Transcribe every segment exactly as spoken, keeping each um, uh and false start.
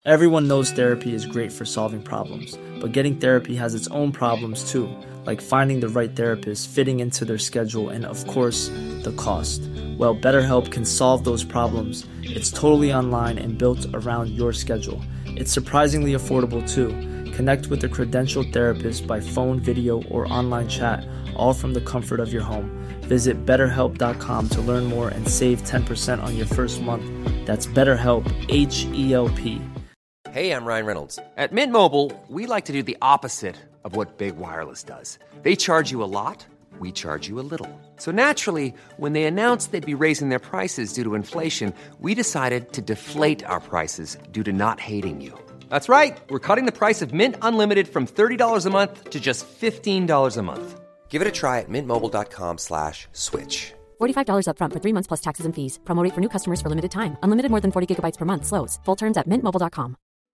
Everyone knows therapy is great for solving problems, but getting therapy has its own problems too, like finding the right therapist, fitting into their schedule, and of course, the cost. Well, BetterHelp can solve those problems. It's totally online and built around your schedule. It's surprisingly affordable too. Connect with a credentialed therapist by phone, video, or online chat, all from the comfort of your home. Visit better help dot com to learn more and save ten percent on your first month. That's BetterHelp, H E L P. Hey, I'm Ryan Reynolds. At Mint Mobile, we like to do the opposite of what Big Wireless does. They charge you a lot, we charge you a little. So naturally, when they announced they'd be raising their prices due to inflation, we decided to deflate our prices due to not hating you. That's right. We're cutting the price of Mint Unlimited from thirty dollars a month to just fifteen dollars a month. Give it a try at mintmobile.com slash switch. forty-five dollars up front for three months plus taxes and fees. Promo rate for new customers for limited time. Unlimited more than forty gigabytes per month. Slows full terms at mint mobile dot com.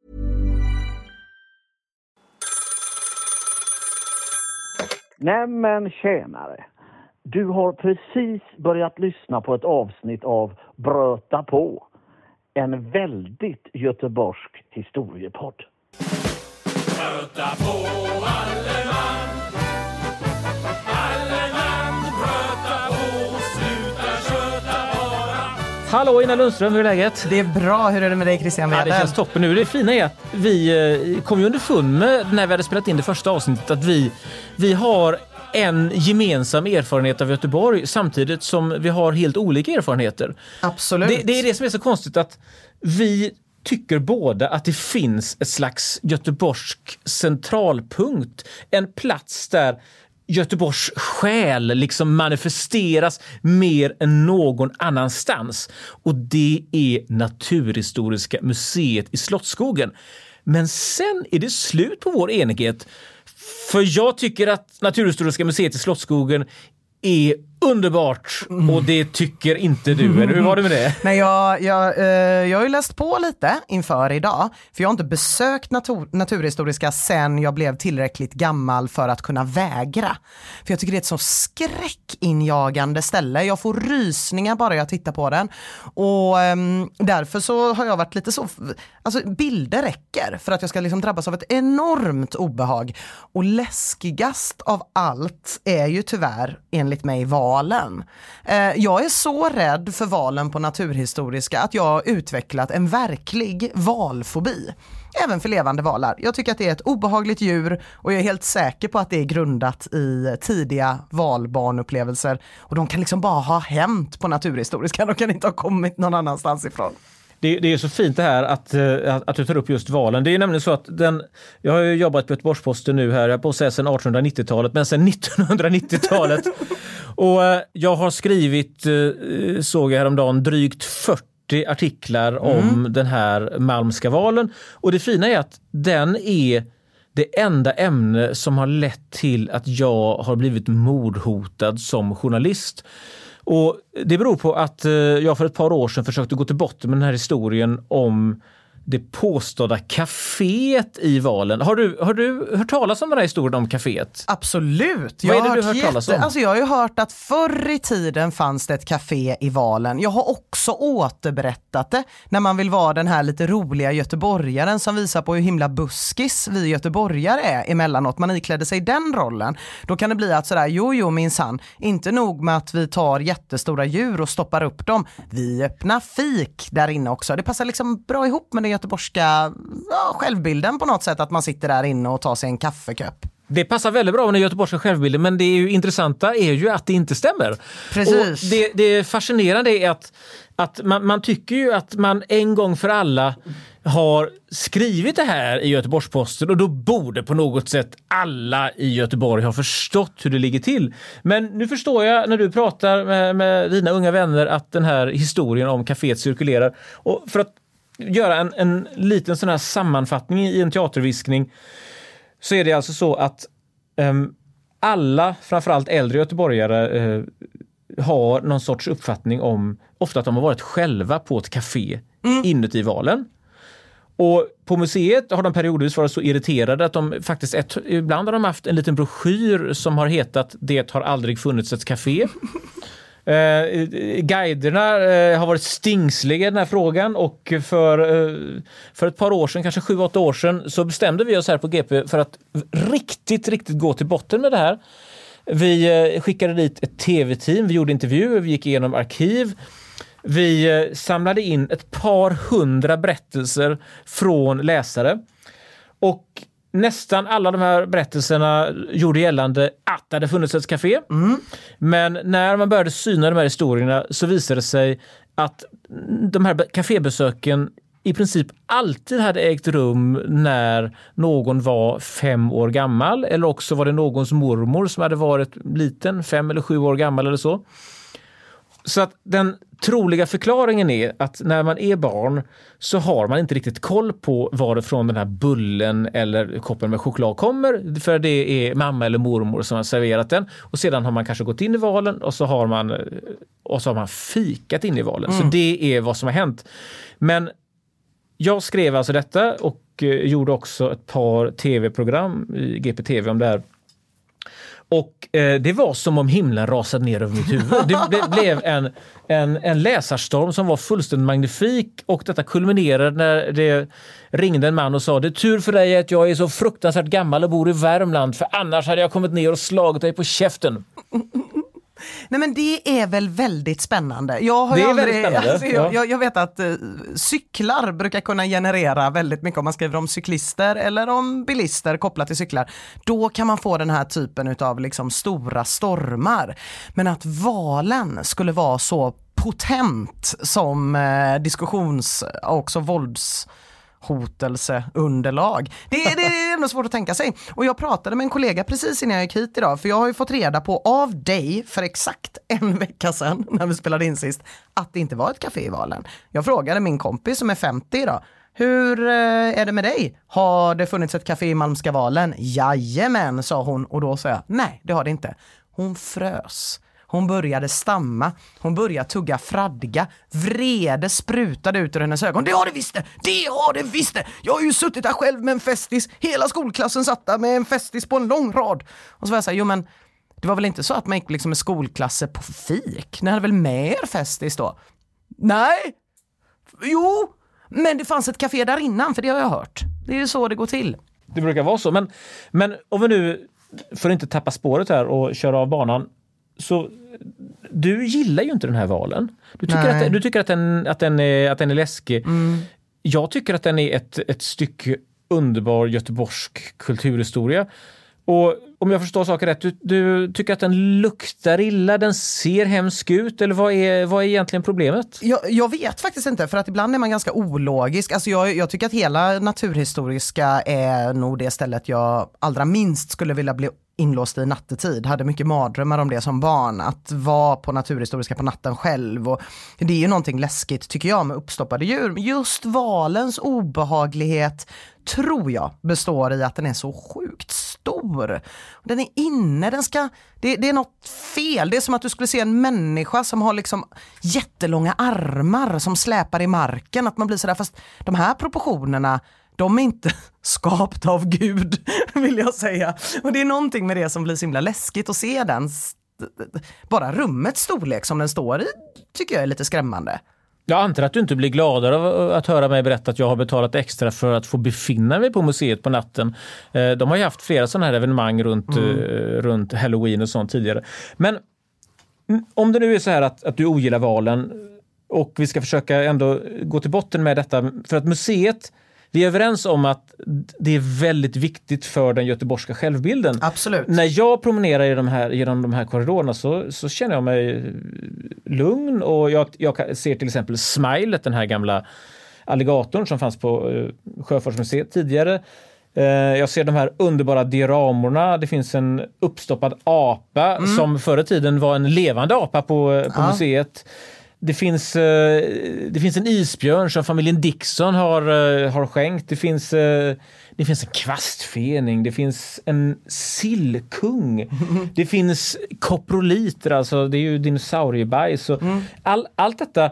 Nämen tjänare. Du har precis börjat lyssna på ett avsnitt av Bröta på. En väldigt göteborgsk historiepodd. Bröta på alle man. Alle man bröta på. Sluta köta bara. Hallå Ina Lundström, hur är läget? Det är bra, hur är det med dig Christian Wedel? Ja, det känns toppen nu. Det fina är att vi kom ju underfund med när vi hade spelat in det första avsnittet att vi, vi har en gemensam erfarenhet av Göteborg samtidigt som vi har helt olika erfarenheter. Absolut. Det, det är det som är så konstigt att vi tycker båda att det finns ett slags göteborgsk centralpunkt. En plats där Göteborgs själ liksom manifesteras mer än någon annanstans. Och det är Naturhistoriska museet i Slottsskogen. Men sen är det slut på vår enighet. För jag tycker att Naturhistoriska museet i Slottsskogen är underbart mm. och det tycker inte du. Eller hur var det med det? Nej, jag, jag, eh, jag har ju läst på lite inför idag. För jag har inte besökt natur, Naturhistoriska sen jag blev tillräckligt gammal för att kunna vägra. För jag tycker det är ett så skräckinjagande ställe. Jag får rysningar bara jag tittar på den. Och eh, därför så har jag varit lite så... Alltså bilder räcker för att jag ska liksom drabbas av ett enormt obehag. Och läskigast av allt är ju tyvärr enligt mig valen. Eh, jag är så rädd för valen på Naturhistoriska att jag har utvecklat en verklig valfobi. Även för levande valar. Jag tycker att det är ett obehagligt djur och jag är helt säker på att det är grundat i tidiga valbarnupplevelser. Och de kan liksom bara ha hänt på Naturhistoriska. De kan inte ha kommit någon annanstans ifrån. Det, det är så fint det här att, att, att du tar upp just valen. Det är nämligen så att den, jag har ju jobbat på Göteborgs-Posten nu här, jag på att säga sedan artonhundranittiotalet, men sedan nittonhundranittiotalet. Och jag har skrivit, såg jag häromdagen, drygt fyrtio artiklar mm. om den här malmska valen. Och det fina är att den är det enda ämne som har lett till att jag har blivit mordhotad som journalist. Och det beror på att jag för ett par år sedan försökte gå till botten med den här historien om det påstådda kaféet i Valen. Har du, har du hört talas om den här historien om kaféet? Absolut. Vad jag är det du har hört jätte... talas om? Alltså jag har ju hört att förr i tiden fanns det ett kafé i Valen. Jag har också återberättat det när man vill vara den här lite roliga göteborgaren som visar på hur himla buskis vi göteborgare är emellanåt. Man iklädde sig den rollen. Då kan det bli att sådär, jo jo minsann, inte nog med att vi tar jättestora djur och stoppar upp dem. Vi öppnar fik där inne också. Det passar liksom bra ihop med den göteborgska ja, självbilden på något sätt, att man sitter där inne och tar sig en kaffeköp. Det passar väldigt bra med den göteborgska självbilden, men det är ju intressanta är ju att det inte stämmer. Precis. Och det, det fascinerande är att, att man, man tycker ju att man en gång för alla har skrivit det här i Göteborgs-Posten och då borde på något sätt alla i Göteborg ha förstått hur det ligger till. Men nu förstår jag när du pratar med, med dina unga vänner att den här historien om kaféet cirkulerar. Och för att göra en, en liten sån här sammanfattning i en teaterviskning så är det alltså så att um, alla, framförallt äldre göteborgare uh, har någon sorts uppfattning om ofta att de har varit själva på ett café mm. inuti Valen. Och på museet har de periodvis varit så irriterade att de faktiskt ett, ibland har de haft en liten broschyr som har hetat "Det har aldrig funnits ett café". Eh, guiderna eh, har varit stingsliga i den här frågan och för, eh, för ett par år sedan, kanske sju, åtta år sedan, så bestämde vi oss här på G P för att riktigt, riktigt gå till botten med det här. Vi eh, skickade dit ett tv-team, vi gjorde intervjuer, vi gick igenom arkiv. Vi eh, samlade in ett par hundra berättelser från läsare och nästan alla de här berättelserna gjorde gällande att det hade funnits ett café. Mm. Men när man började syna de här historierna så visade det sig att de här kafébesöken i princip alltid hade ägt rum när någon var fem år gammal, eller också var det någons mormor som hade varit liten, fem eller sju år gammal eller så. Så att den troliga förklaringen är att när man är barn så har man inte riktigt koll på varifrån den här bullen eller koppen med choklad kommer, för det är mamma eller mormor som har serverat den, och sedan har man kanske gått in i valen och så har man, och så har man fikat in i valen. Mm. Så det är vad som har hänt. Men jag skrev alltså detta och gjorde också ett par tv-program i G P T V om det här. Och eh, det var som om himlen rasade ner över mitt huvud. Det ble, blev en, en, en läsarstorm som var fullständigt magnifik, och detta kulminerade när det ringde en man och sa: det är tur för dig att jag är så fruktansvärt gammal och bor i Värmland, för annars hade jag kommit ner och slagit dig på käften. Nej, men det är väl väldigt spännande. Jag har det är aldrig, väldigt spännande. Alltså, jag, jag, jag vet att uh, cyklar brukar kunna generera väldigt mycket om man skriver om cyklister eller om bilister kopplat till cyklar. Då kan man få den här typen av liksom stora stormar. Men att valen skulle vara så potent som uh, diskussions- och också vålds hotelseunderlag. Det, det är ändå svårt att tänka sig. Och jag pratade med en kollega precis innan jag gick hit idag, för jag har ju fått reda på av dig för exakt en vecka sedan när vi spelade in sist att det inte var ett café i Valen. Jag frågade min kompis som är femtio idag: hur är det med dig? Har det funnits ett café i Malmska Valen? Jajamän, sa hon, och då sa jag: nej, det har det inte. Hon frös. Hon började stamma, hon började tugga fradga, vrede sprutade ut ur hennes ögon. Det har det visst det, det har det visst det. Jag har ju suttit där själv med en festis, hela skolklassen satt där med en festis på en lång rad. Och så var jag så här: jo men det var väl inte så att man gick liksom med skolklasser på fik? Ni hade väl med er festis då? Nej, jo, men det fanns ett café där innan, för det har jag hört. Det är ju så det går till. Det brukar vara så, men, men om vi nu, för att inte tappa spåret här och köra av banan, så du gillar ju inte den här valen. Du tycker, att, du tycker att, den, att, den är, att den är läskig. Mm. Jag tycker att den är ett, ett stycke underbar göteborgsk kulturhistoria. Och om jag förstår saker rätt, du, du tycker att den luktar illa, den ser hemsk ut, eller vad är, vad är egentligen problemet? Jag, jag vet faktiskt inte, för att ibland är man ganska ologisk. Alltså jag, jag tycker att hela naturhistoriska är nog det stället jag allra minst skulle vilja bli inlåst i nattetid. Hade mycket mardrömmar om det som barn, att vara på naturhistoriska på natten själv, och det är ju någonting läskigt tycker jag med uppstoppade djur. Just valens obehaglighet tror jag består i att den är så sjukt stor. Den är inne, den ska, det, det är något fel. Det är som att du skulle se en människa som har liksom jättelånga armar som släpar i marken, att man blir sådär, fast de här proportionerna, de är inte skapta av Gud, vill jag säga. Och det är någonting med det som blir så himla läskigt att se den. Bara rummets storlek som den står i tycker jag är lite skrämmande. Jag antar att du inte blir gladare av att höra mig berätta att jag har betalat extra för att få befinna mig på museet på natten. De har ju haft flera sådana här evenemang runt, mm. runt Halloween och sånt tidigare. Men om det nu är så här att, att du ogillar valen, och vi ska försöka ändå gå till botten med detta, för att museet, vi är överens om att det är väldigt viktigt för den göteborgska självbilden. Absolut. När jag promenerar i de här, genom de här korridorerna så, så känner jag mig lugn, och jag, jag ser till exempel Smilet, den här gamla alligatorn som fanns på uh, Sjöfartsmuseet tidigare. Uh, jag ser de här underbara dioramorna. Det finns en uppstoppad apa mm. som förr i tiden var en levande apa på, på ja. museet. Det finns, det finns en isbjörn som familjen Dixon har, har skänkt. Det finns, det finns en kvastfening. Det finns en sillkung. Det finns koproliter, alltså det är ju dinosauriebajs. Mm. All, allt detta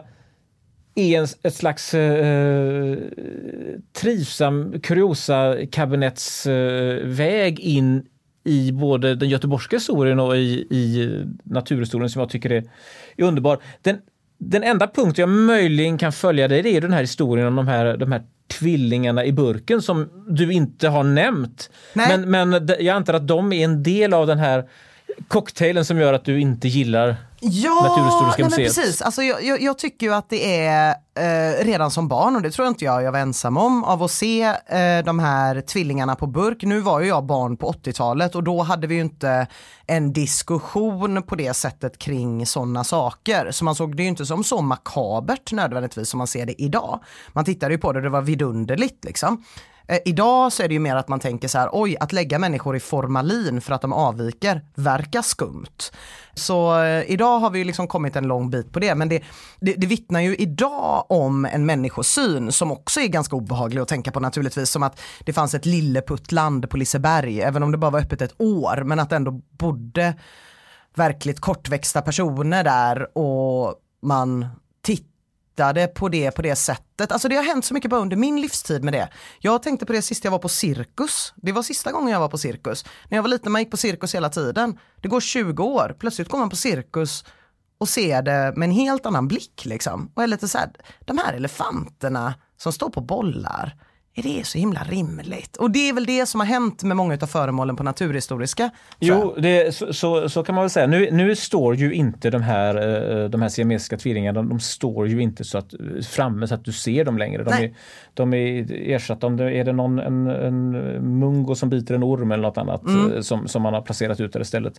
är en, ett slags eh, trivsam kuriosa kabinettsväg eh, in i både den göteborgska historien och i, i naturhistorien som jag tycker är, är underbar. Den, den enda punkt jag möjligen kan följa det, det är den här historien om de här, de här tvillingarna i burken som du inte har nämnt. Nej. Men, men jag antar att de är en del av den här cocktailen som gör att du inte gillar ja, Naturhistoriska nej, museet. Men precis. Alltså, jag, jag, jag tycker ju att det är eh, redan som barn, och det tror jag inte jag, jag var ensam om, av att se eh, de här tvillingarna på burk. Nu var ju jag barn på åttiotalet och då hade vi ju inte en diskussion på det sättet kring sådana saker. Så man såg det ju inte som så makabert nödvändigtvis som man ser det idag. Man tittade ju på det och det var vidunderligt liksom. Eh, idag så är det ju mer att man tänker så här, oj, att lägga människor i formalin för att de avviker verkar skumt. Så eh, idag har vi ju liksom kommit en lång bit på det, men det, det, det vittnar ju idag om en människosyn som också är ganska obehaglig att tänka på naturligtvis, som att det fanns ett lilleputtland på Liseberg, även om det bara var öppet ett år, men att det ändå bodde verkligt kortväxta personer där och man tittade på det på det sättet. Alltså det har hänt så mycket bara under min livstid med det. Jag tänkte på det sist jag var på cirkus. Det var sista gången jag var på cirkus. När jag var liten, man gick på cirkus hela tiden. Det går tjugo år. Plötsligt går man på cirkus och ser det med en helt annan blick liksom. Och är lite så här, de här elefanterna som står på bollar, är det så himla rimligt? Och det är väl det som har hänt med många av föremålen på Naturhistoriska. Jo, det, så, så, så kan man väl säga. Nu, nu står ju inte de här, de här siamesiska tvillingarna, de, de står ju inte så att, framme så att du ser dem längre. De är, de är ersatta. Om det, är det någon en, en mungo som biter en orm eller något annat mm. som, som man har placerat ut där istället.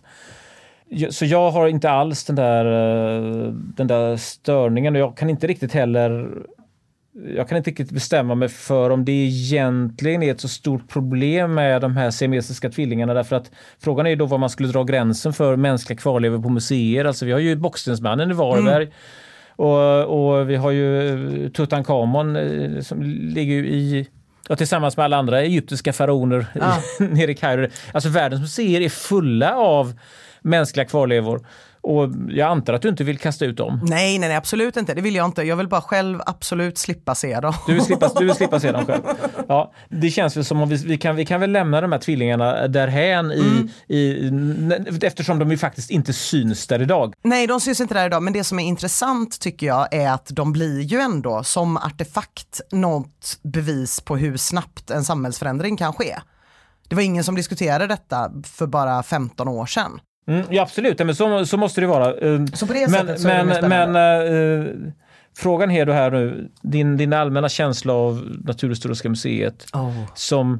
Så jag har inte alls den där, den där störningen, och jag kan inte riktigt heller... Jag kan inte riktigt bestämma mig för om det egentligen är ett så stort problem med de här siamesiska tvillingarna, därför att frågan är ju då var man skulle dra gränsen för mänskliga kvarlevor på museer. Alltså vi har ju Bockstensmannen i Varberg mm. och, och vi har ju Tutankhamon som ligger i, ja, tillsammans med alla andra egyptiska faraoner ja. nere i Kairo. Alltså världens museer är fulla av mänskliga kvarlevor. Och jag antar att du inte vill kasta ut dem. Nej, nej, nej, absolut inte. Det vill jag inte. Jag vill bara själv absolut slippa se dem. Du vill slippa, du vill slippa se dem själv. Ja, det känns väl som om vi, vi, kan, vi kan väl lämna de här tvillingarna därhän i, mm. i, eftersom de ju faktiskt inte syns där idag. Nej, de syns inte där idag. Men det som är intressant tycker jag är att de blir ju ändå som artefakt något bevis på hur snabbt en samhällsförändring kan ske. Det var ingen som diskuterade detta för bara femton år sedan. Mm, ja, absolut, men så, så måste det vara. Så på det men sättet så men, är det men uh, frågan är då här nu, din, din allmänna känsla av Naturhistoriska museet oh. som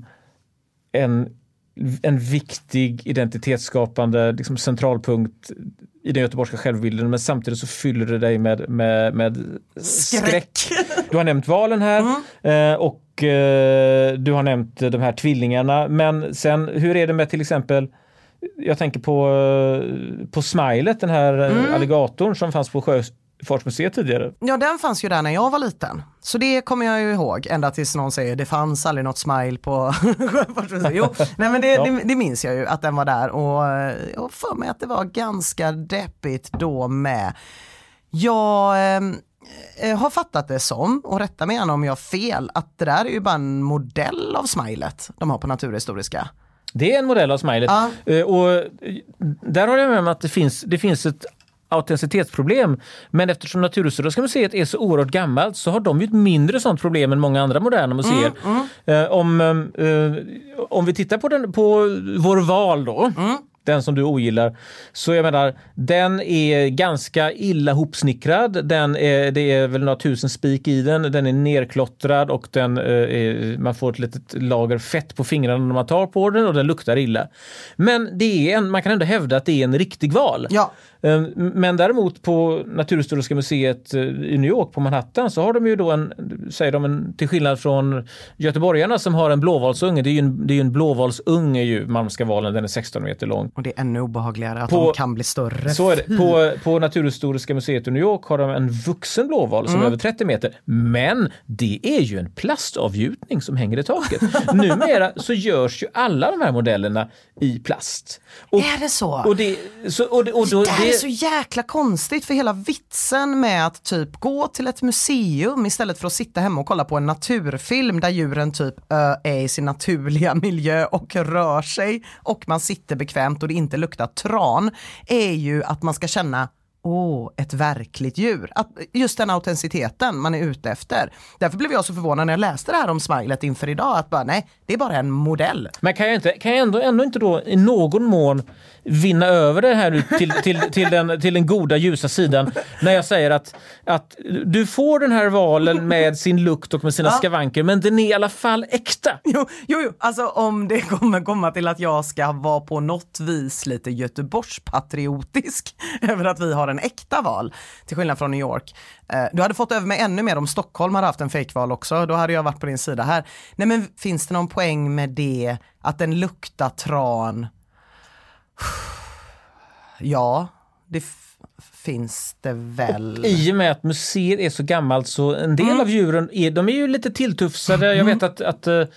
en, en viktig identitetsskapande liksom, centralpunkt i den göteborgska självbilden, men samtidigt så fyller det dig med, med, med skräck. skräck. Du har nämnt valen här mm. uh, och uh, du har nämnt de här tvillingarna, men sen hur är det med till exempel, jag tänker på, på Smilet, den här mm. alligatorn som fanns på Sjöfartsmuseet tidigare. Ja, den fanns ju där när jag var liten. Så det kommer jag ju ihåg, ända tills någon säger det fanns aldrig något smile på Sjöfartsmuseet. Jo, nej, men det, ja. det, det minns jag ju att den var där, och jag för mig att det var ganska deppigt då med. Jag eh, har fattat det som, och rätta mig gärna om jag har fel, att det där är ju bara en modell av Smilet de har på Naturhistoriska. Det är en modell av Smilet. Ja. Och där har jag med mig att det finns, det finns ett autenticitetsproblem. Men eftersom Naturhistoriska museet är så oerhört gammalt så har de ju ett mindre sånt problem än många andra moderna museer. Mm, mm. Om, om vi tittar på, den, på vår val då, mm. den som du ogillar, så jag menar, den är ganska illa hopsnickrad. Den är, det är väl några tusen spik i den. Den är nerklottrad och den, är, man får ett litet lager fett på fingrarna när man tar på den, och den luktar illa. Men det är en, man kan ändå hävda att det är en riktig val. Ja. Men däremot på Naturhistoriska museet i New York på Manhattan så har de ju då en, säger de en, till skillnad från göteborgarna som har en blåvalsunge, det är ju en, det är ju en blåvalsunge ju, Malmska valen, den är sexton meter lång. Och det är ännu obehagligare att på, de kan bli större. Så är det. På, på Naturhistoriska museet i New York har de en vuxen blåval som mm. är över trettio meter. Men det är ju en plastavgjutning som hänger i taket. Numera så görs ju alla de här modellerna i plast. Och, är det så? Och det, så, och det, och då, det, så jäkla konstigt, för hela vitsen med att typ gå till ett museum istället för att sitta hemma och kolla på en naturfilm där djuren typ ö, är i sin naturliga miljö och rör sig och man sitter bekvämt och det inte luktar tran, är ju att man ska känna åh, ett verkligt djur. Att just den autenticiteten man är ute efter. Därför blev jag så förvånad när jag läste det här om smilet inför idag, att bara nej, det är bara en modell. Men kan jag, inte, kan jag ändå, ändå inte då i någon mån vinna över det här till, till, till, den, till den goda ljusa sidan när jag säger att, att du får den här valen med sin lukt och med sina ja. skavanker, men den är i alla fall äkta. Jo, jo, jo, alltså om det kommer komma till att jag ska vara på något vis lite Göteborgspatriotisk över att vi har en äkta val, till skillnad från New York. Du hade fått över mig ännu mer om Stockholm hade haft en fejkval också. Då hade jag varit på din sida här. Nej, men finns det någon poäng med det? Att den luktar tran? Ja, det f- finns det väl. Och i och med att museet är så gammalt så en del mm. av djuren är, de är ju lite tilltufsade. Jag vet att, att uh,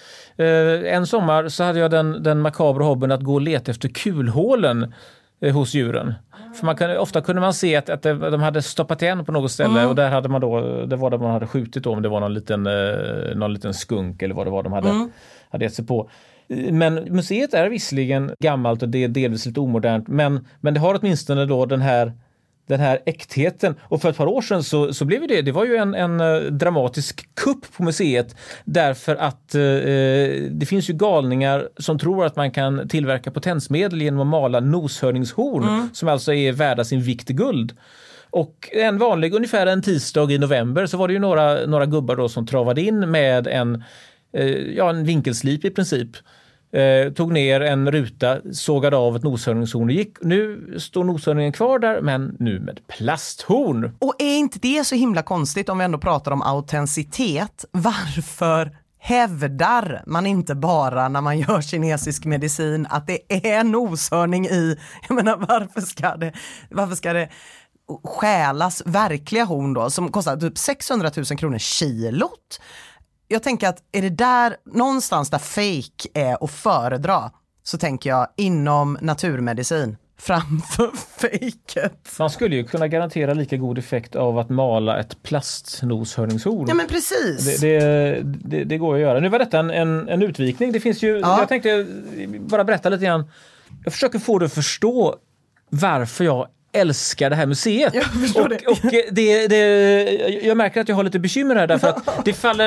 en sommar så hade jag den, den makabra hobbyn att gå och leta efter kulhålen uh, hos djuren. För man kan, ofta kunde man se att, att de hade stoppat igen på något ställe mm. och där hade man då, det var där man hade skjutit då, om det var någon liten, uh, någon liten skunk eller vad det var de hade, mm. hade gett sig på. Men museet är visserligen gammalt och det är delvis lite omodernt, men, men det har åtminstone då den här, den här äktheten. Och för ett par år sedan så, så blev det, det var ju en, en dramatisk kupp på museet, därför att eh, det finns ju galningar som tror att man kan tillverka potensmedel genom att mala noshörningshorn mm. som alltså är värda sin vikt i guld. Och en vanlig, ungefär en tisdag i november, så var det ju några, några gubbar då som travade in med en ja, en vinkelslip i princip. Eh, tog ner en ruta, sågade av ett noshörningshorn och gick. Nu står noshörningen kvar där, men nu med plasthorn. Och är inte det så himla konstigt om vi ändå pratar om autenticitet? Varför hävdar man inte bara när man gör kinesisk medicin att det är noshörning i? Jag menar, varför ska det, varför ska det stjälas verkliga horn då som kostar typ sexhundratusen kronor kilot? Jag tänker att är det där någonstans där fake är att föredra, så tänker jag inom naturmedicin framför fejket. Man skulle ju kunna garantera lika god effekt av att mala ett plastnoshörningshorn. Ja, men precis. Det, det, det, det går att göra. Nu var detta en, en, en utvikning. Det finns ju, ja. Jag tänkte bara berätta lite grann. Jag försöker få dig att förstå varför jag älskar det här museet. Jag förstår och, det. Och det, det, jag märker att jag har lite bekymmer här, därför att det faller,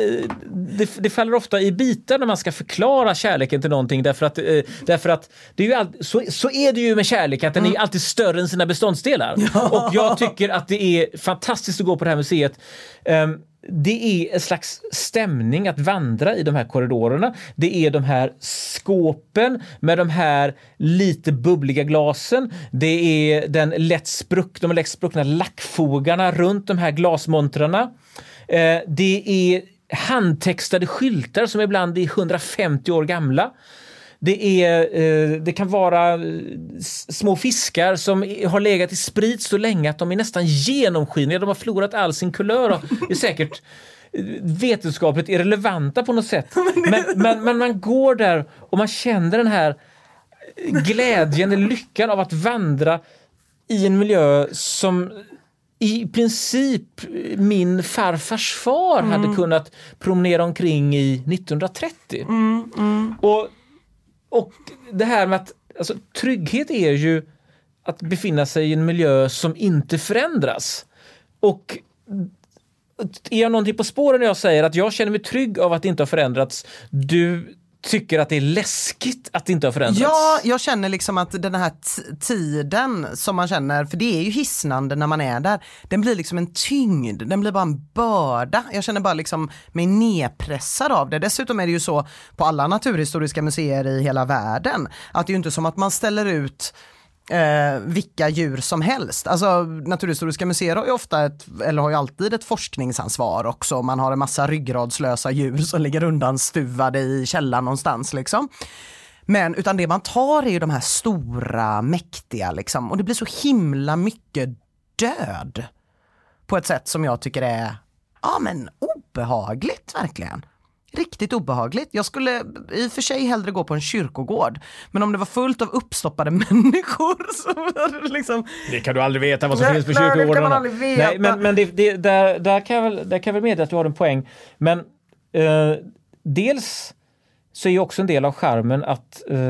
det, det faller ofta i bitar när man ska förklara kärleken till någonting, därför att, därför att det är ju all, så, så är det ju med kärlek, att den är alltid större än sina beståndsdelar. Ja. Och jag tycker att det är fantastiskt att gå på det här museet. Um, Det är en slags stämning att vandra i de här korridorerna. Det är de här skåpen med de här lite bubbliga glasen. Det är den lätt spruck, de lätt spruckna lackfogarna runt de här glasmontrarna. Eh, det är handtextade skyltar som ibland är hundrafemtio år gamla. Det, är, eh, det kan vara små fiskar som har legat i sprit så länge att de är nästan genomskinliga. De har förlorat all sin kulör och är säkert vetenskapligt irrelevanta på något sätt. Men, men, men man går där och man känner den här glädjen eller lyckan av att vandra i en miljö som i princip min farfars far mm. hade kunnat promenera omkring i nittonhundratrettio. Mm, mm. Och Och det här med att alltså, trygghet är ju att befinna sig i en miljö som inte förändras. Och är jag någonting på spåren när jag säger att jag känner mig trygg av att det inte har förändrats? Du tycker att det är läskigt att det inte har förändrats? Ja, jag känner liksom att den här t- tiden som man känner, för det är ju hisnande när man är där, den blir liksom en tyngd, den blir bara en börda. Jag känner bara liksom mig nedpressad av det. Dessutom är det ju så på alla naturhistoriska museer i hela världen att det är ju inte som att man ställer ut Eh, vilka djur som helst. Alltså naturhistoriska museer har ju ofta ett, eller har ju alltid ett forskningsansvar också. Man har en massa ryggradslösa djur som ligger undan stuvade i källaren någonstans liksom. Men utan det man tar är ju de här stora, mäktiga liksom. Och det blir så himla mycket död på ett sätt som jag tycker är ja men obehagligt verkligen. riktigt obehagligt. Jag skulle i och för sig hellre gå på en kyrkogård. Men om det var fullt av uppstoppade människor så var det liksom... Det kan du aldrig veta vad som nej, finns på nej, kyrkogårdarna. Det kan man aldrig veta. Nej, men men det, det, där, där, kan jag väl, där kan jag väl medge att du har en poäng. Men eh, dels så är ju också en del av charmen att eh,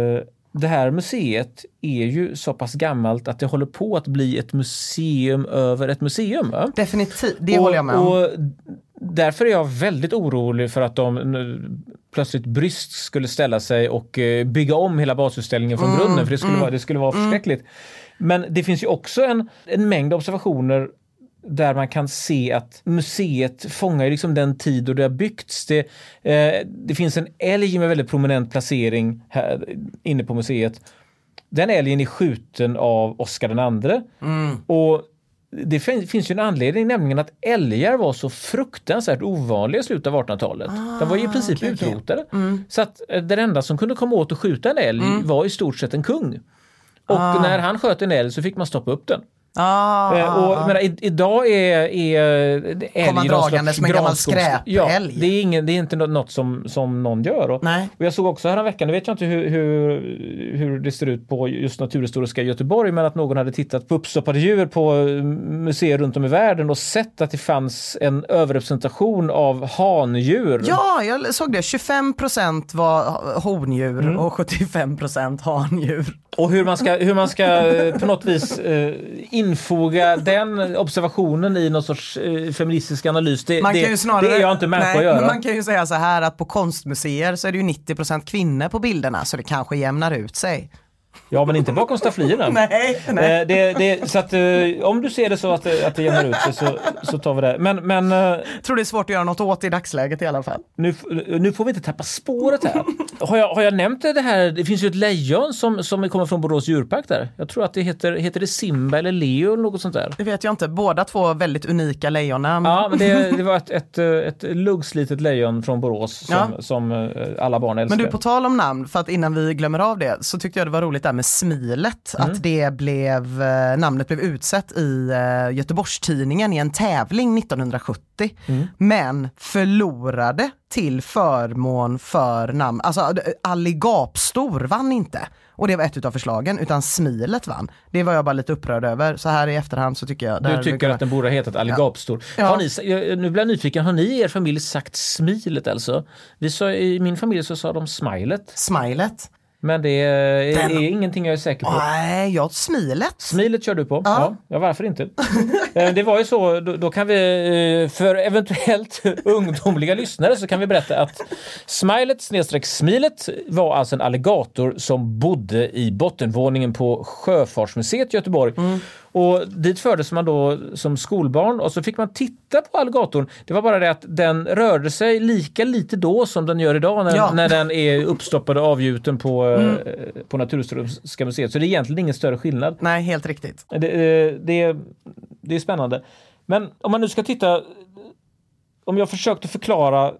det här museet är ju så pass gammalt att det håller på att bli ett museum över ett museum. Va? Definitivt, det och, håller jag med om. Och därför är jag väldigt orolig för att de nu plötsligt bryskt skulle ställa sig och bygga om hela basutställningen från mm, grunden, för det skulle, mm, vara, det skulle vara förskräckligt. Mm. Men det finns ju också en, en mängd observationer där man kan se att museet fångar ju liksom den tid då det har byggts. Det, eh, det finns en älg med väldigt prominent placering här inne på museet. Den älgen är skjuten av Oscar den andre. Mm. Och det finns ju en anledning, nämligen att älgar var så fruktansvärt ovanliga i slutet av artonhundratalet. Ah, de var ju i princip okay, utrotade. Okay. Mm. Så att den enda som kunde komma åt att skjuta en älg mm. var i stort sett en kung. Och ah. när han sköt en älg så fick man stoppa upp den. Ah, eh, och, men, i, idag är, är älg kommer dragande som en gammal skräpälg. Ja, det är, ingen, det är inte något som, som någon gör. Och, Nej. och jag såg också här en vecka, nu vet jag inte hur, hur, hur det ser ut på just Naturhistoriska Göteborg, men att någon hade tittat på uppstoppade djur på museer runt om i världen och sett att det fanns en överrepresentation av handjur. Ja, jag såg det. tjugofem procent var hondjur mm. och sjuttiofem procent handjur. Och hur man ska, hur man ska på något vis eh, infoga den observationen i någon sorts eh, feministisk analys, det, man det, kan ju snarare, det är jag inte med nej, på att göra. Men man kan ju säga så här att på konstmuseer så är det ju nittio procent kvinnor på bilderna, så det kanske jämnar ut sig. Ja, men inte bakom stafflierna. nej, nej. Eh, det, det, så att eh, om du ser det så att, att det jämnar ut sig så, så tar vi det. Men, men, eh, jag tror det är svårt att göra något åt i dagsläget i alla fall. Nu, nu får vi inte tappa spåret här. Har jag, har jag nämnt det här? Det finns ju ett lejon som, som kommer från Borås djurpark där. Jag tror att det heter, heter det Simba eller Leo eller något sånt där. Det vet jag inte. Båda två väldigt unika lejonen. Ja, men det, det var ett, ett, ett luggslitet lejon från Borås som, ja. som alla barn älskar. Men du, på tal om namn, för att innan vi glömmer av det, så tyckte jag det var roligt där med Smilet. Mm. Att det blev, namnet blev utsett i Göteborgstidningen i en tävling nittonhundrasjuttio. Mm. Men förlorade till förmån för namn. Alltså Alligapstor vann inte. Och det var ett av förslagen, utan Smilet vann. Det var jag bara lite upprörd över. Så här i efterhand så tycker jag... Du tycker att den borde ha hetat Alligapstor. Ja. Har ni, nu blir jag nyfiken, har ni i er familj sagt Smilet alltså? Vi sa, i min familj så sa de Smilet. Smilet? Men det är, den... är ingenting jag är säker på. Nej, jag Smilet. Smilet kör du på? Ja. Ja, ja, varför inte? Det var ju så, då, då kan vi, för eventuellt ungdomliga lyssnare så kan vi berätta att Smilet snedstreck Smilet var alltså en alligator som bodde i bottenvåningen på Sjöfartsmuseet i Göteborg. Mm. Och dit fördes man då som skolbarn och så fick man titta på alligatorn. Det var bara det att den rörde sig lika lite då som den gör idag när, ja. när den är uppstoppad och avgjuten på, mm. på Naturhistoriska museet. Så det är egentligen ingen större skillnad. Nej, helt riktigt. Det, det, det är spännande. Men om man nu ska titta, om jag försökte förklara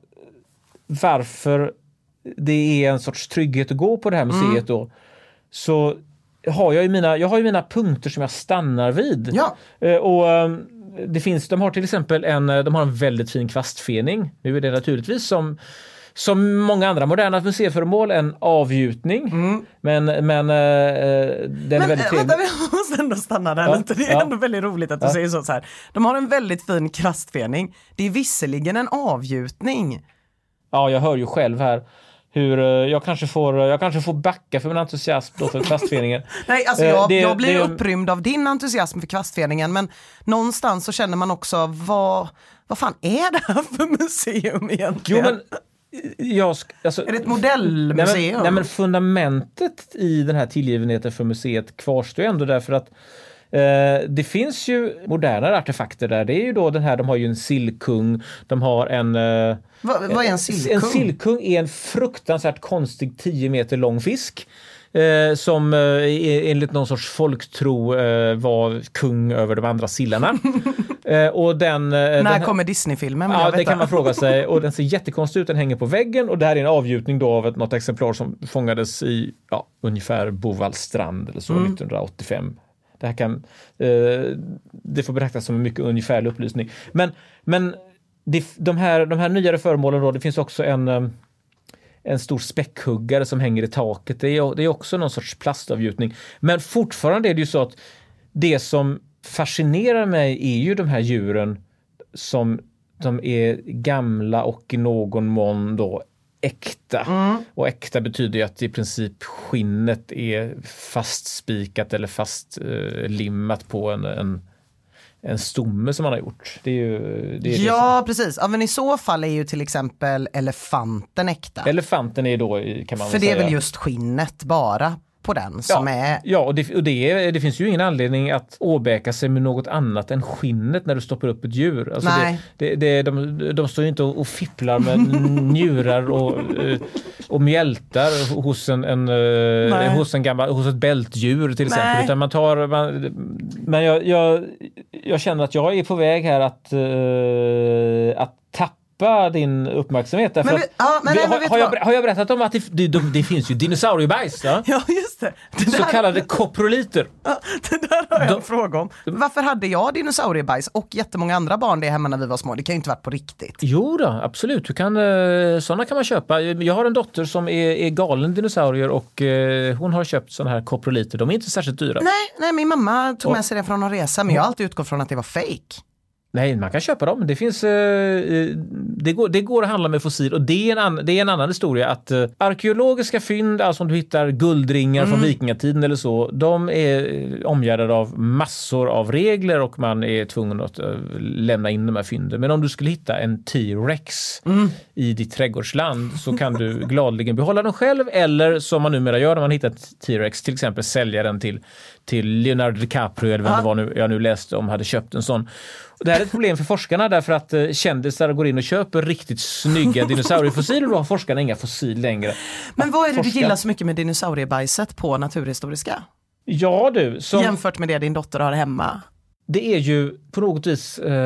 varför det är en sorts trygghet att gå på det här museet mm. då, så har jag ju mina, jag har ju mina punkter som jag stannar vid. Ja. Eh, och um, det finns, de har till exempel en, de har en väldigt fin kvastfening. Nu är det naturligtvis som som många andra moderna museiföremål en avgjutning. Mm. Men, men äh, den men, är väldigt trevlig. Vänta, vi måste ändå stanna där ja, lite. Det är ja. ändå väldigt roligt att du ja. säger så, så här. De har en väldigt fin kvastfening. Det är visserligen en avgjutning. Ja, jag hör ju själv här hur jag kanske får, jag kanske får backa för min entusiasm då för kvastfeningen. Nej, alltså jag, det, jag blir det, upprymd av din entusiasm för kvastfeningen, men någonstans så känner man också, vad, vad fan är det här för museum egentligen? Jo, men jag, alltså, är det ett modellmuseum? Nej men, nej, men fundamentet i den här tillgivenheten för museet kvarstår ändå därför att Eh, det finns ju modernare artefakter där. Det är ju då den här, de har ju en sillkung, de har en... Eh, Va, vad är en sillkung? En sillkung är en fruktansvärt konstig tio meter lång fisk. Eh, som eh, enligt någon sorts folktro eh, var kung över de andra sillarna. eh, och den, eh, När den, kommer Disney-filmen? Ja, det kan man fråga sig. Och den ser jättekonstig ut, den hänger på väggen och det här är en avgjutning då av ett, något exemplar som fångades i ja, ungefär Bovallstrand eller så mm. nittonhundraåttiofem. Det här kan, eh, det får betraktas som en mycket ungefärlig upplysning. Men, men det, de, här, de här nyare föremålen då, det finns också en, en stor späckhuggare som hänger i taket. Det är, det är också någon sorts plastavgjutning. Men fortfarande är det ju så att det som fascinerar mig är ju de här djuren som de är gamla och i någon mån då äkta. Mm. Och äkta betyder ju att i princip skinnet är fastspikat eller fastlimmat eh, på en, en, en stomme som man har gjort. Det är ju, det är ja, det precis. Ja, men i så fall är ju till exempel elefanten äkta. Elefanten är då, kan man För väl det säga. är väl just skinnet bara på den som ja, är... Ja, och, det, och det, är, det finns ju ingen anledning att åbäka sig med något annat än skinnet när du stoppar upp ett djur. Alltså Nej. Det, det, det, de, de står ju inte och, och fipplar med njurar och, och mjältar hos, en, en, hos, en gammal, hos ett bältdjur till exempel. Nej. Utan man tar... Man, men jag, jag, jag känner att jag är på väg här att, uh, att tappa din uppmärksamhet. Men vi, ja, men, vi, nej, men har, har, jag, har jag berättat om att det, det, det, det finns ju dinosauriebajs? Ja, ja just det. det så där, kallade koproliter. Ja, det där har jag De- en fråga om. Varför hade jag dinosauriebajs och jättemånga andra barn det hemma när vi var små? Det kan ju inte varit på riktigt. Jo då, absolut. Du kan, eh, sådana kan man köpa. Jag har en dotter som är, är galen dinosaurier och eh, hon har köpt sådana här koproliter. De är inte särskilt dyra. Nej, nej, min mamma tog Och- med sig det från en resa, men jag har alltid utgått från att det var fake. Nej, man kan köpa dem. Det finns eh, det, går, det går att handla med fossil och det är en, an, det är en annan historia att eh, arkeologiska fynd, alltså om du hittar guldringar mm. från vikingatiden eller så, de är eh, omgärdade av massor av regler och man är tvungen att eh, lämna in de här fynden. Men om du skulle hitta en T-Rex mm. i ditt trädgårdsland så kan du gladligen behålla den själv eller som man numera gör när man hittar ett T-Rex, till exempel sälja den till, till Leonardo DiCaprio eller vem det var nu, jag nu läste om hade köpt en sån. Det här är ett problem för forskarna därför att eh, kändisar går in och köper riktigt snygga dinosauriefossiler och då har forskarna inga fossil längre. Men vad är det Forskar- du gillar så mycket med dinosauriebajset på Naturhistoriska? Ja du, som, Jämfört med det din dotter har hemma. det är ju på något vis eh,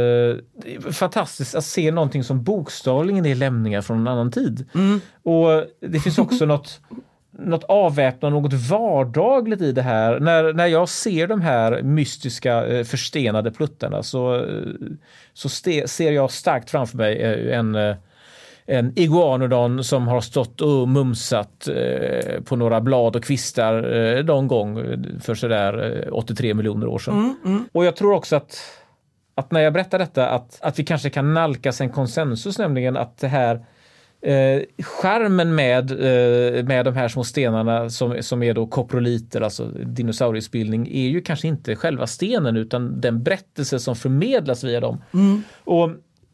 det är fantastiskt att se någonting som bokstavligen är lämningar från en annan tid. Mm. Och det finns också något något avväpnande, något vardagligt i det här. När, när jag ser de här mystiska eh, förstenade pluttarna så, eh, så ste, ser jag starkt framför mig eh, en, eh, en iguanodon som har stått och mumsat eh, på några blad och kvistar eh, någon gång för sådär eh, åttiotre miljoner år sedan. Mm, mm. Och jag tror också att, att när jag berättar detta att, att vi kanske kan nalkas en konsensus, nämligen att det här Eh, charmen med, eh, med de här små stenarna som, som är då koproliter, alltså dinosauriespillning, är ju kanske inte själva stenen utan den berättelse som förmedlas via dem. Mm. Och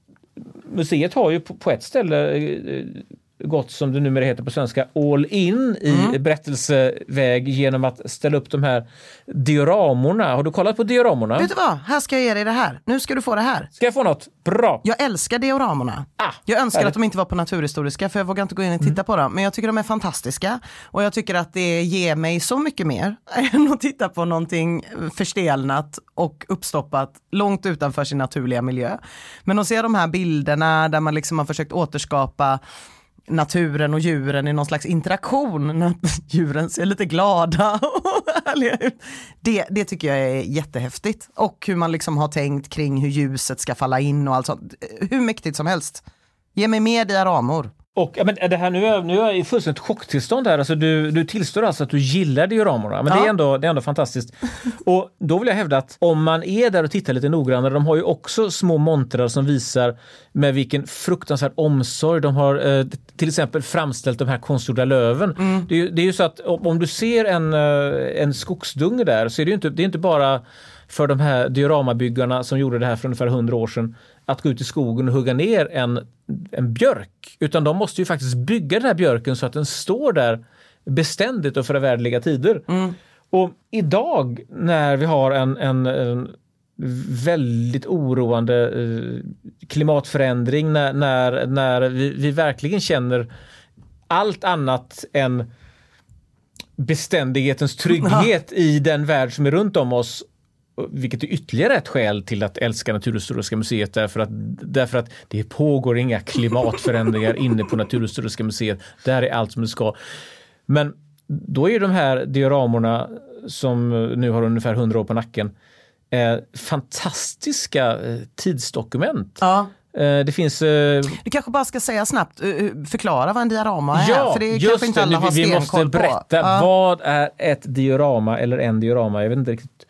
museet har ju på, på ett ställe eh, gått, som det numera heter på svenska, all in i mm. berättelseväg genom att ställa upp de här dioramorna. Har du kollat på dioramorna? Vet du vad? Här ska jag ge dig det här. Nu ska du få det här. Ska jag få något? Bra! Jag älskar dioramorna. Ah, jag önskar härligt. att de inte var på Naturhistoriska för jag vågar inte gå in och titta mm. på dem. Men jag tycker de är fantastiska. Och jag tycker att det ger mig så mycket mer än att titta på någonting förstelnat och uppstoppat långt utanför sin naturliga miljö. Men att se de här bilderna där man liksom har försökt återskapa naturen och djuren i någon slags interaktion när djuren ser lite glada och härliga ut. Det, det tycker jag är jättehäftigt. Och hur man liksom har tänkt kring hur ljuset ska falla in och allt sånt. Hur mäktigt som helst. Ge mig mer dioramor. Och ja, men det här, nu, är, nu är jag i fullständigt chocktillstånd här. Alltså, du, du tillstår alltså att du gillar dioramorna. Men ja. det, är ändå, det är ändå fantastiskt. Och då vill jag hävda att om man är där och tittar lite noggrannare, de har ju också små montrar som visar med vilken fruktansvärd omsorg de har eh, till exempel framställt de här konstgjorda löven. Mm. Det, är, det är ju så att om, om du ser en, eh, en skogsdunge där så är det ju inte, det är inte bara för de här dioramabyggarna som gjorde det här för ungefär hundra år sedan att gå ut i skogen och hugga ner en, en björk. Utan de måste ju faktiskt bygga den här björken så att den står där beständigt och för evärdliga tider. Mm. Och idag när vi har en, en, en väldigt oroande eh, klimatförändring, när, när, när vi, vi verkligen känner allt annat än beständighetens trygghet ja. i den värld som är runt om oss, vilket är ytterligare ett skäl till att älska Naturhistoriska museet, därför att, därför att det pågår inga klimatförändringar inne på Naturhistoriska museet. Där är allt som det ska. Men då är de här dioramorna som nu har ungefär hundra år på nacken eh, fantastiska eh, tidsdokument. Ja. Det finns... Uh... Du kanske bara ska säga snabbt, uh, förklara vad en diorama är. Ja, för det är just kanske inte alla det. har Vi måste berätta. Uh. Vad är ett diorama eller en diorama? Jag vet inte riktigt.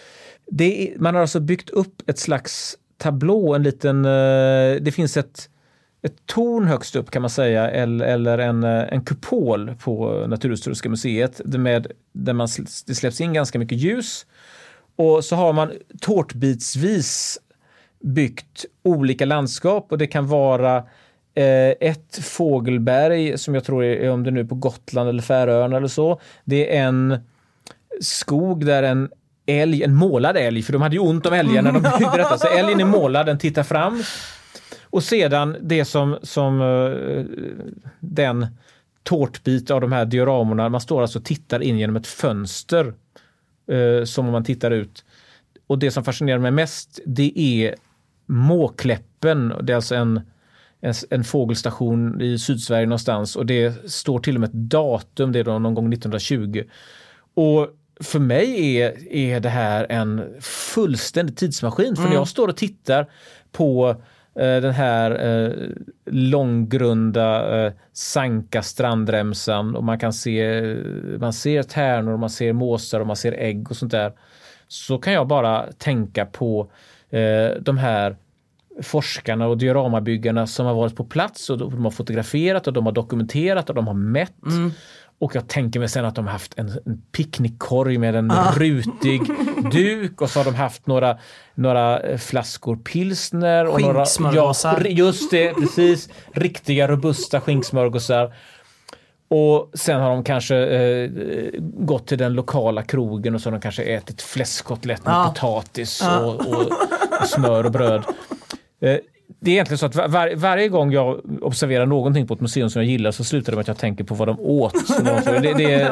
Det är, man har alltså byggt upp ett slags tablå, en liten... Uh, det finns ett, ett torn högst upp kan man säga, eller, eller en, en kupol på Naturhistoriska museet med, där man, det släpps in ganska mycket ljus. Och så har man tårtbitsvis byggt olika landskap, och det kan vara eh, ett fågelberg som jag tror är, om det nu är på Gotland eller Färöarna eller så. Det är en skog där en älg, en målad älg, för de hade ju ont om älgar när de byggde detta. Så älgen är målad, den tittar fram. Och sedan det som, som uh, den tårtbit av de här dioramorna, man står alltså och tittar in genom ett fönster uh, som om man tittar ut. Och det som fascinerar mig mest, det är Måkläppen. Det är alltså en, en, en fågelstation i Sydsverige någonstans, och det står till och med ett datum, det är då någon gång nittonhundratjugo. Och för mig är, är det här en fullständig tidsmaskin, för mm. när jag står och tittar på eh, den här eh, långgrunda eh, sanka strandremsan, och man kan se man ser tärnor, man ser måsar och man ser ägg och sånt där, så kan jag bara tänka på eh, de här forskarna och dioramabyggarna som har varit på plats, och de har fotograferat och de har dokumenterat och de har mätt. Mm. Och jag tänker mig sen att de har haft en, en picknickkorg med en ah. rutig duk, och så har de haft några, några flaskor pilsner och några, ja, just det, precis, riktiga robusta skinksmörgåsar. Och sen har de kanske eh, gått till den lokala krogen, och så har de kanske ätit fläskkotlett med ah. potatis ah. Och, och, och smör och bröd. Eh, det är egentligen så att var, varje gång jag observerar någonting på ett museum som jag gillar, så slutar det med att jag tänker på vad de åt. det, det, det,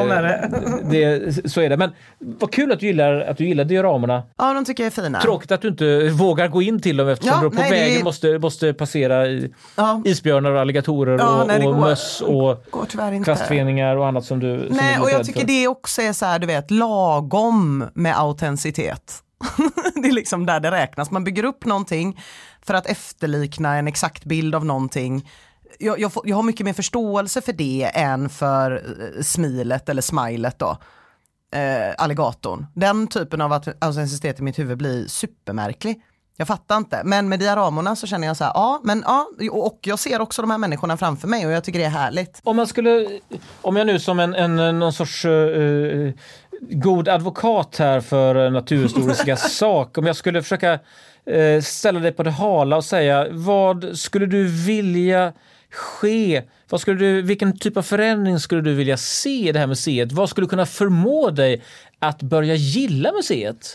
det, det, så är det. Men vad kul att du gillar, att du gillar dioramorna. Ja, de tycker jag är fina. Tråkigt att du inte vågar gå in till dem, eftersom ja, du på nej, vägen det... måste, måste passera i ja. isbjörnar och alligatorer ja, och, nej, och går, möss och plastföreningar och annat som du som Nej, du och jag tycker för. Det också är så här, du vet, lagom med autenticitet. Det är liksom där det räknas. Man bygger upp någonting för att efterlikna en exakt bild av någonting. Jag, jag, får, jag har mycket mer förståelse för det än för smilet eller smilet då. Eh, alligatorn. Den typen av autenticitet i mitt huvud blir supermärklig. Jag fattar inte. Men med dioramorna så känner jag så här, ja, men ja, och jag ser också de här människorna framför mig, och jag tycker det är härligt. Om man skulle, om jag nu som en, en någon sorts uh, god advokat här för naturhistoriska sak, om jag skulle försöka uh, ställa dig på det hala och säga, vad skulle du vilja ske? Vad skulle du, vilken typ av förändring skulle du vilja se i det här museet? Vad skulle kunna förmå dig att börja gilla museet?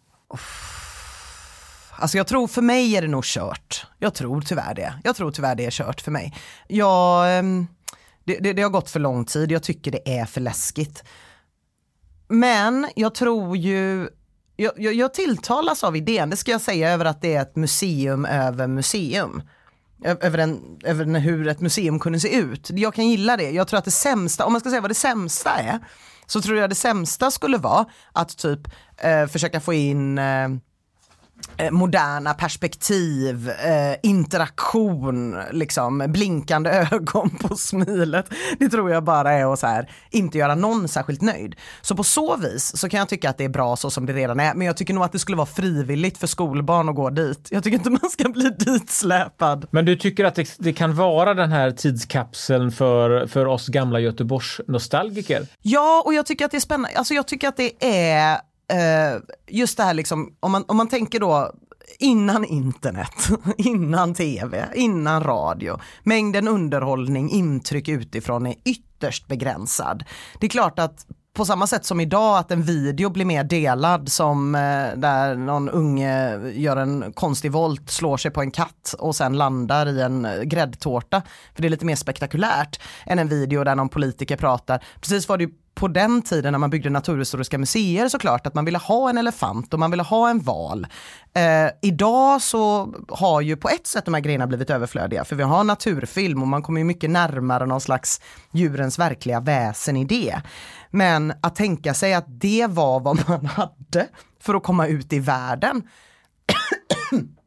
Alltså jag tror för mig är det nog kört. Jag tror tyvärr det. Jag tror tyvärr det är kört för mig. Jag, det, det, det har gått för lång tid. Jag tycker det är för läskigt. Men jag tror ju... Jag, jag, jag tilltalas av idén, det ska jag säga, över att det är ett museum över museum. Över, en, över en, hur ett museum kunde se ut. Jag kan gilla det. Jag tror att det sämsta, om man ska säga vad det sämsta är, så tror jag det sämsta skulle vara att typ eh, försöka få in... Eh, moderna perspektiv, eh, interaktion, liksom blinkande ögon på smilet. Det tror jag bara är att så här, inte göra någon särskilt nöjd. Så på så vis så kan jag tycka att det är bra så som det redan är, men jag tycker nog att det skulle vara frivilligt för skolbarn att gå dit. Jag tycker inte man ska bli ditsläpad. Men du tycker att det, det kan vara den här tidskapseln för, för oss gamla Göteborgs nostalgiker? Ja, och jag tycker att det är spännande. Alltså jag tycker att det är Uh, just det här liksom, om man, om man tänker då innan internet, innan tv, innan radio, mängden underhållning, intryck utifrån är ytterst begränsad. Det är klart att på samma sätt som idag att en video blir mer delad, som eh, där någon unge gör en konstig volt, slår sig på en katt och sen landar i en gräddtårta, för det är lite mer spektakulärt än en video där någon politiker pratar. Precis var det ju på den tiden när man byggde naturhistoriska museer, såklart att man ville ha en elefant och man ville ha en val. Eh, idag så har ju på ett sätt de här grejerna blivit överflödiga, för vi har naturfilm och man kommer ju mycket närmare någon slags djurens verkliga väsen i det. Men att tänka sig att det var vad man hade för att komma ut i världen.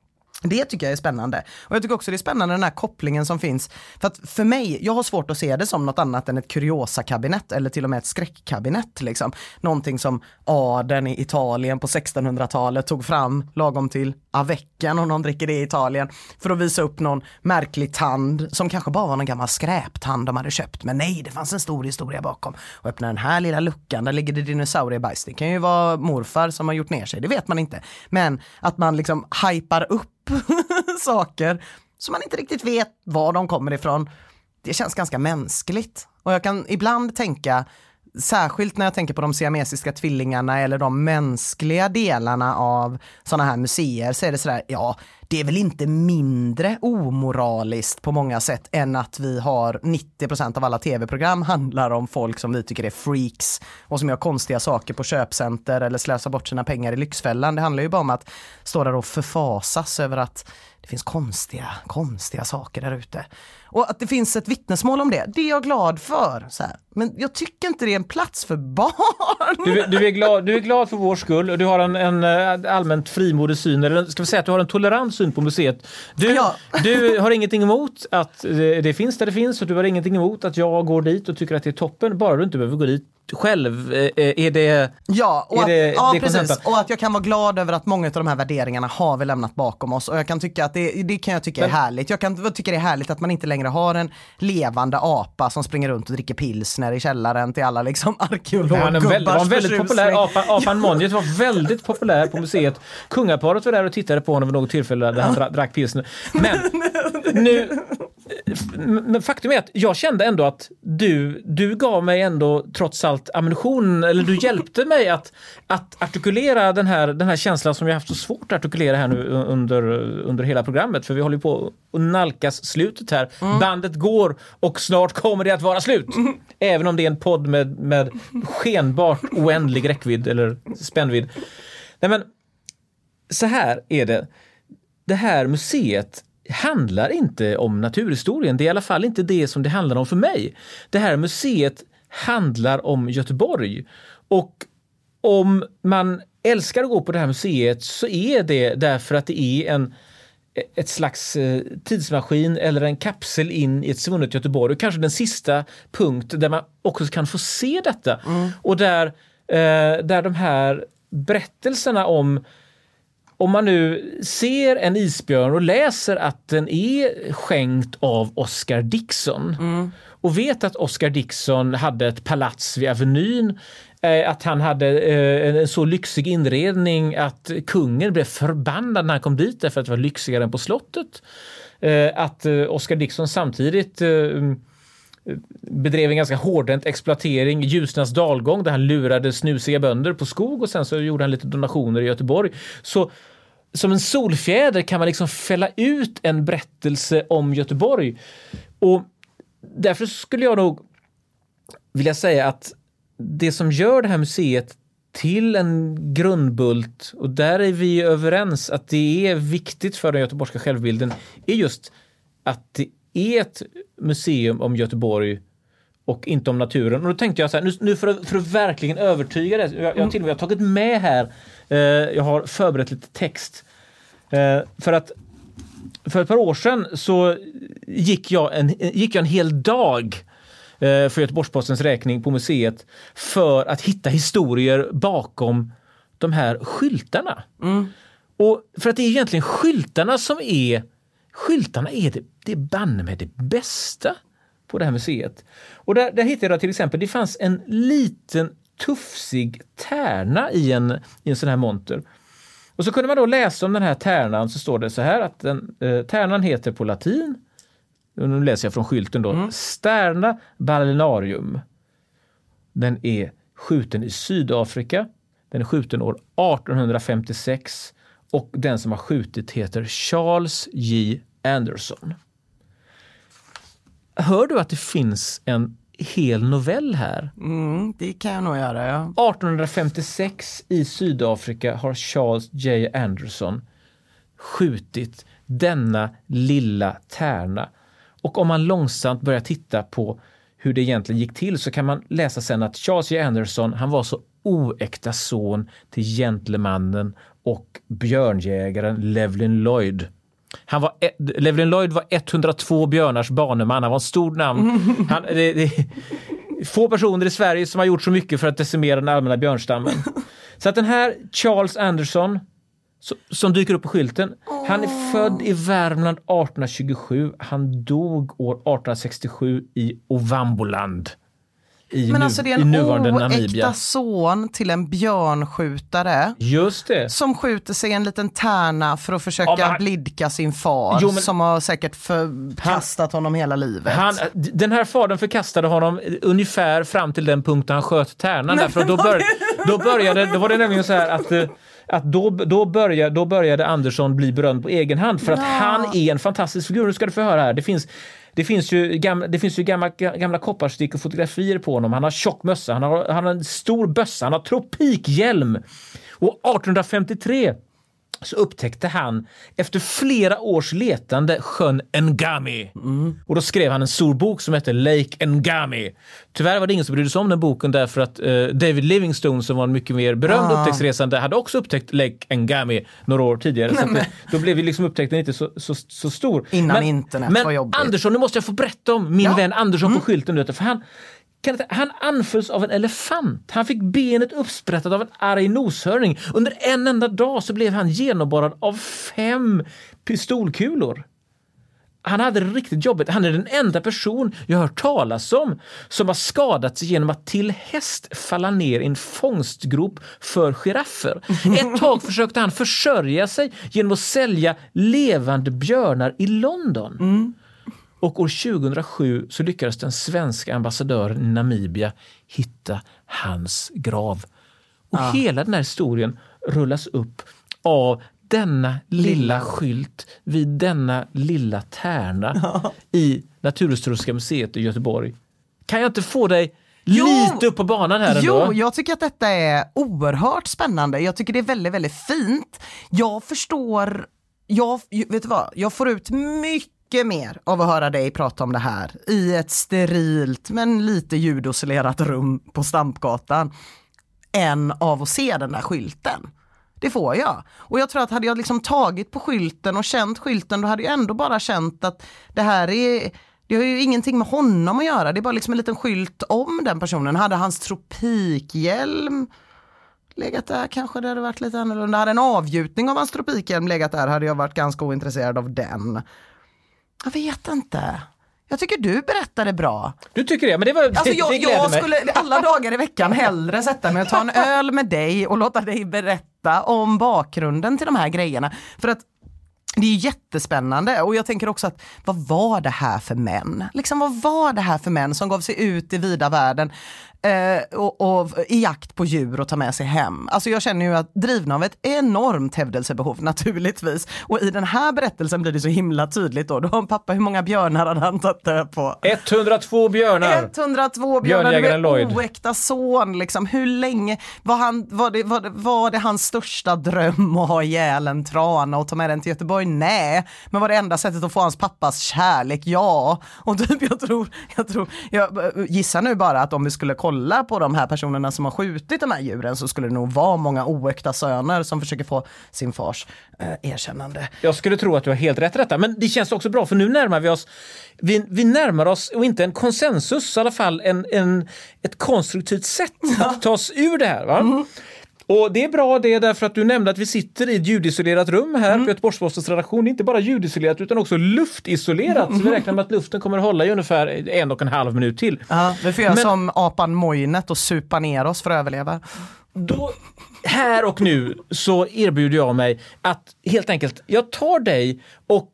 Det tycker jag är spännande. Och jag tycker också det är spännande den här kopplingen som finns. För att för mig, jag har svårt att se det som något annat än ett kuriosa-kabinett eller till och med ett skräckkabinett. Liksom. Någonting som adeln i Italien på sextonhundratalet tog fram lagom till aveckan och någon dricker det i Italien för att visa upp någon märklig tand som kanske bara var någon gammal skräptand de hade köpt. Men nej, det fanns en stor historia bakom. Och öppna den här lilla luckan, där ligger det dinosauriebajs. Det kan ju vara morfar som har gjort ner sig, det vet man inte. Men att man liksom hypar upp saker som man inte riktigt vet var de kommer ifrån. Det känns ganska mänskligt. Och jag kan ibland tänka, särskilt när jag tänker på de siamesiska tvillingarna eller de mänskliga delarna av sådana här museer, så är det sådär, ja, det är väl inte mindre omoraliskt på många sätt än att vi har nittio procent av alla tv-program handlar om folk som vi tycker är freaks och som gör konstiga saker på köpcenter eller slösar bort sina pengar i Lyxfällan. Det handlar ju bara om att stå där och förfasas över att det finns konstiga, konstiga saker där ute. Och att det finns ett vittnesmål om det, det är jag glad för. Så här. Men jag tycker inte det är en plats för barn. Du, du, är, glad, du är glad för vår skull och du har en, en allmänt frimodig syn. Eller ska vi säga att du har en tolerant syn på museet. Du, ja. du har ingenting emot att det, det finns där det finns och du har ingenting emot att jag går dit och tycker att det är toppen. Bara du inte behöver gå dit själv. Är det Ja, och, är att, det, ja det precis. Och att jag kan vara glad över att många av de här värderingarna har vi lämnat bakom oss. Och jag kan tycka att det, det kan jag tycka Men, är härligt. Jag kan tycka det är härligt att man inte längre har en levande apa som springer runt och dricker pilsner i källaren till alla liksom arkeologgubbars förtjusning. Det var en väldigt populär apa, apan Monjet var väldigt populär på museet. Kungaparet var där och tittade på honom vid något tillfälle där han drack pilsner. Men nu men faktum är att jag kände ändå att du, du gav mig ändå trots allt ammunition, eller du hjälpte mig att, att artikulera den här, den här känslan som jag haft så svårt att artikulera här nu under, under hela programmet, för vi håller på att nalkas slutet här. Mm. Bandet går och snart kommer det att vara slut. Mm. Även om det är en podd med, med skenbart oändlig räckvidd eller spännvidd. Nej, men så här är det. Det här museet handlar inte om naturhistorien. Det är i alla fall inte det som det handlar om för mig. Det här museet handlar om Göteborg. Och om man älskar att gå på det här museet så är det därför att det är en, ett slags tidsmaskin eller en kapsel in i ett svunnet Göteborg. Och kanske den sista punkt där man också kan få se detta. Mm. Och där, eh, där de här berättelserna om Om man nu ser en isbjörn och läser att den är skänkt av Oscar Dickson mm. och vet att Oscar Dickson hade ett palats vid Avenyn, eh, att han hade eh, en så lyxig inredning att kungen blev förbannad när han kom dit därför att det var lyxigare än på slottet. Eh, att eh, Oscar Dickson samtidigt eh, bedrev en ganska hårdhänt exploatering i Ljusnans dalgång där han lurade snusiga bönder på skog och sen så gjorde han lite donationer i Göteborg. Så som en solfjäder kan man liksom fälla ut en berättelse om Göteborg. Och därför skulle jag nog vilja säga att det som gör det här museet till en grundbult, och där är vi överens att det är viktigt för den göteborgska självbilden, är just att det är ett museum om Göteborg och inte om naturen. Och då tänkte jag så här, nu, nu för, att, för att verkligen övertyga det, jag, jag har till och med tagit med här, eh, jag har förberett lite text. Eh, för att för ett par år sedan så gick jag en, gick jag en hel dag eh, för Göteborgspostens räkning på museet för att hitta historier bakom de här skyltarna. Mm. Och för att det är egentligen skyltarna som är Skyltarna är det, det är banne med det bästa på det här museet. Och där, där hittade jag till exempel, det fanns en liten tufsig tärna i en, i en sån här monter. Och så kunde man då läsa om den här tärnan, så står det så här att den, eh, tärnan heter på latin, nu läser jag från skylten då, mm. Sterna ballinarium. Den är skjuten i Sydafrika, den är skjuten år arton femtiosex. Och den som har skjutit heter Charles J. Anderson. Hör du att det finns en hel novell här? Mm, det kan jag nog göra, ja. arton femtiosex i Sydafrika har Charles J. Anderson skjutit denna lilla tärna. Och om man långsamt börjar titta på hur det egentligen gick till så kan man läsa sen att Charles J. Anderson, han var så oäkta son till gentlemannen och björnjägaren Llewellyn Lloyd. Han var, Llewellyn Lloyd var etthundratvå björnars baneman. Han var en stor namn. Han, det, det, få personer i Sverige som har gjort så mycket för att decimera den allmänna björnstammen. Så att den här Charles Anderson som dyker upp på skylten, oh. han är född i Värmland arton tjugosju. Han dog år arton sextiosju i Ovamboland. I, Men nu, alltså det är i en nuvarande Namibia. oäkta son till en björnskjutare. Just det. Som skjuter sig en liten tärna för att försöka ja, han... blidka sin far. Jo, men... Som har säkert förkastat han... honom hela livet. Han, den här fadern förkastade honom ungefär fram till den punkt han sköt tärnan. Därför då, bör... då började, då var det nämligen så här att... att då, då, började, då började Andersson bli berömd på egen hand. För att ja. han är en fantastisk figur. Nu ska du få höra här. Det finns... Det finns ju gamla, det finns ju gamla, gamla kopparstick och fotografier på honom. Han har tjock mössa, han har, han har en stor bössa, han har tropikhjälm. Och arton femtiotre så upptäckte han efter flera års letande sjön Ngami. Mm. Och då skrev han en stor bok som heter Lake Ngami. Tyvärr var det ingen som brydde sig om den boken därför att uh, David Livingstone som var en mycket mer berömd ah. upptäcktsresande hade också upptäckt Lake Ngami några år tidigare. Nej, så det, då blev liksom upptäckten inte så, så, så stor. Innan men, internet men var jobbigt. Andersson, nu måste jag få berätta om min ja. vän Andersson mm. på skylten. För han... Han anfölls av en elefant. Han fick benet uppsprättat av en arg noshörning. Under en enda dag så blev han genomborrad av fem pistolkulor. Han hade det riktigt jobbigt. Han är den enda person jag har hört talas om som har skadat sig genom att till häst falla ner i en fångstgrop för giraffer. Ett tag försökte han försörja sig genom att sälja levande björnar i London. Mm. Och år tjugohundrasju så lyckades den svenska ambassadören i Namibia hitta hans grav. Och ah. hela den här historien rullas upp av denna lilla skylt vid denna lilla tärna ja. i Naturhistoriska museet i Göteborg. Kan jag inte få dig jo, lite upp på banan här ändå? Jo, jag tycker att detta är oerhört spännande. Jag tycker det är väldigt, väldigt fint. Jag förstår... Jag, vet du vad? Jag får ut mycket mer av att höra dig prata om det här i ett sterilt men lite ljudisolerat rum på Stampgatan än av att se den där skylten. Det får jag. Och jag tror att hade jag liksom tagit på skylten och känt skylten, då hade jag ändå bara känt att det här är... Det har ju ingenting med honom att göra. Det är bara liksom en liten skylt om den personen. Hade hans tropikhjälm legat där kanske det hade varit lite annorlunda. Hade en avgjutning av hans tropikhjälm legat där hade jag varit ganska ointresserad av den. Jag vet inte. Jag tycker du berättade bra. Du tycker det, men det var alltså jag, det jag mig. skulle alla dagar i veckan hellre sätta mig och ta en öl med dig och låta dig berätta om bakgrunden till de här grejerna. För att det är jättespännande och jag tänker också att vad var det här för män? Liksom vad var det här för män som gav sig ut i vida världen eh, och, och i jakt på djur och ta med sig hem? Alltså jag känner ju att drivna av ett enormt hävdelsebehov naturligtvis. Och i den här berättelsen blir det så himla tydligt då. Då har pappa, hur många björnar hade han tagit död på? etthundratvå björnar. etthundratvå björnar. Björnjägaren Lloyd. Oäkta son liksom. Hur länge var, han, var, det, var, det, var det hans största dröm att ha ihjäl en trana och ta med den till Göteborg? Nej, men var det enda sättet att få hans pappas kärlek? Ja. Och typ jag tror, jag tror, jag gissar nu bara att om vi skulle kolla på de här personerna som har skjutit de här djuren så skulle det nog vara många oäkta söner som försöker få sin fars eh, erkännande. Jag skulle tro att du har helt rätt i detta, men det känns också bra för nu närmar vi oss, vi, vi närmar oss, och inte en konsensus i alla fall, en, en, ett konstruktivt sätt att ta oss ur det här, va? Mm. Och det är bra det därför att du nämnde att vi sitter i ett ljudisolerat rum här mm. på Göteborgs-Postens redaktion. Det är inte bara ljudisolerat utan också luftisolerat. Mm. Så vi räknar med att luften kommer att hålla i ungefär en och en halv minut till. Ja, vi får göra Men, som apan Mojnet och supa ner oss för att överleva. Då, här och nu så erbjuder jag mig att helt enkelt, jag tar dig och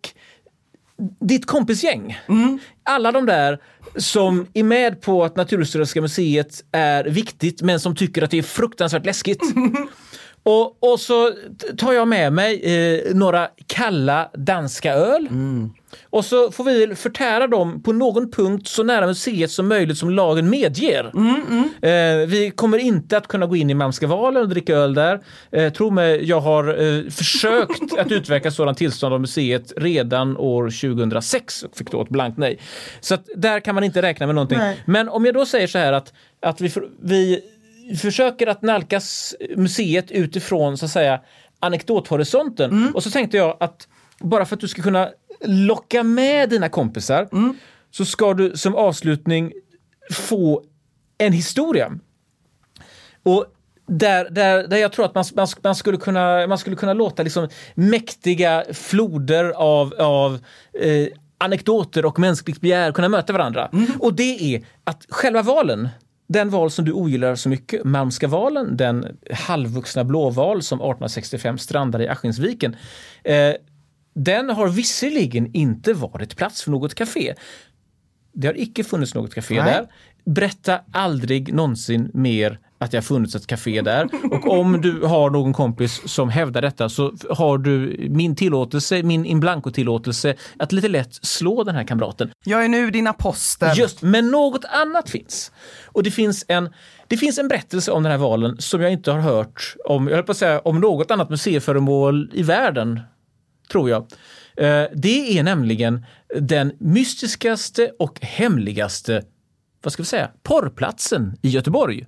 ditt kompisgäng. Mm. Alla de där som är med på att Naturhistoriska museet är viktigt men som tycker att det är fruktansvärt läskigt. och, och så tar jag med mig eh, några kalla danska öl. Mm. Och så får vi förtära dem på någon punkt så nära museet som möjligt som lagen medger. Mm, mm. Eh, vi kommer inte att kunna gå in i Malmskavalen och dricka öl där. Eh, tro mig, jag har eh, försökt att utverka sådant tillstånd av museet redan år tjugohundrasex och fick då ett blankt nej. Så att där kan man inte räkna med någonting. Nej. Men om jag då säger så här att, att vi, vi försöker att nalkas museet utifrån så att säga anekdothorisonten. Mm. Och så tänkte jag att bara för att du ska kunna locka med dina kompisar mm. så ska du som avslutning få en historia. Och Där, där, där jag tror att man, man, man, skulle, kunna, man skulle kunna låta liksom mäktiga floder av, av eh, anekdoter och mänskligt begär kunna möta varandra. Mm. Och det är att själva valen, den val som du ogillar så mycket, Malmska valen, den halvvuxna blåval som arton sextiofem strandade i Askinsviken, eh, den har visserligen inte varit plats för något café. Det har icke funnits något café Nej. där. Berätta aldrig någonsin mer att det har funnits ett café där. Och om du har någon kompis som hävdar detta så har du min tillåtelse, min in blanco-tillåtelse att lite lätt slå den här kamraten. Jag är nu din apostel. Just, men något annat finns. Och det finns en, det finns en berättelse om den här valen som jag inte har hört om, jag höll på att säga, om något annat museiföremål i världen, tror jag. Det är nämligen den mystiskaste och hemligaste, vad ska vi säga, porrplatsen i Göteborg.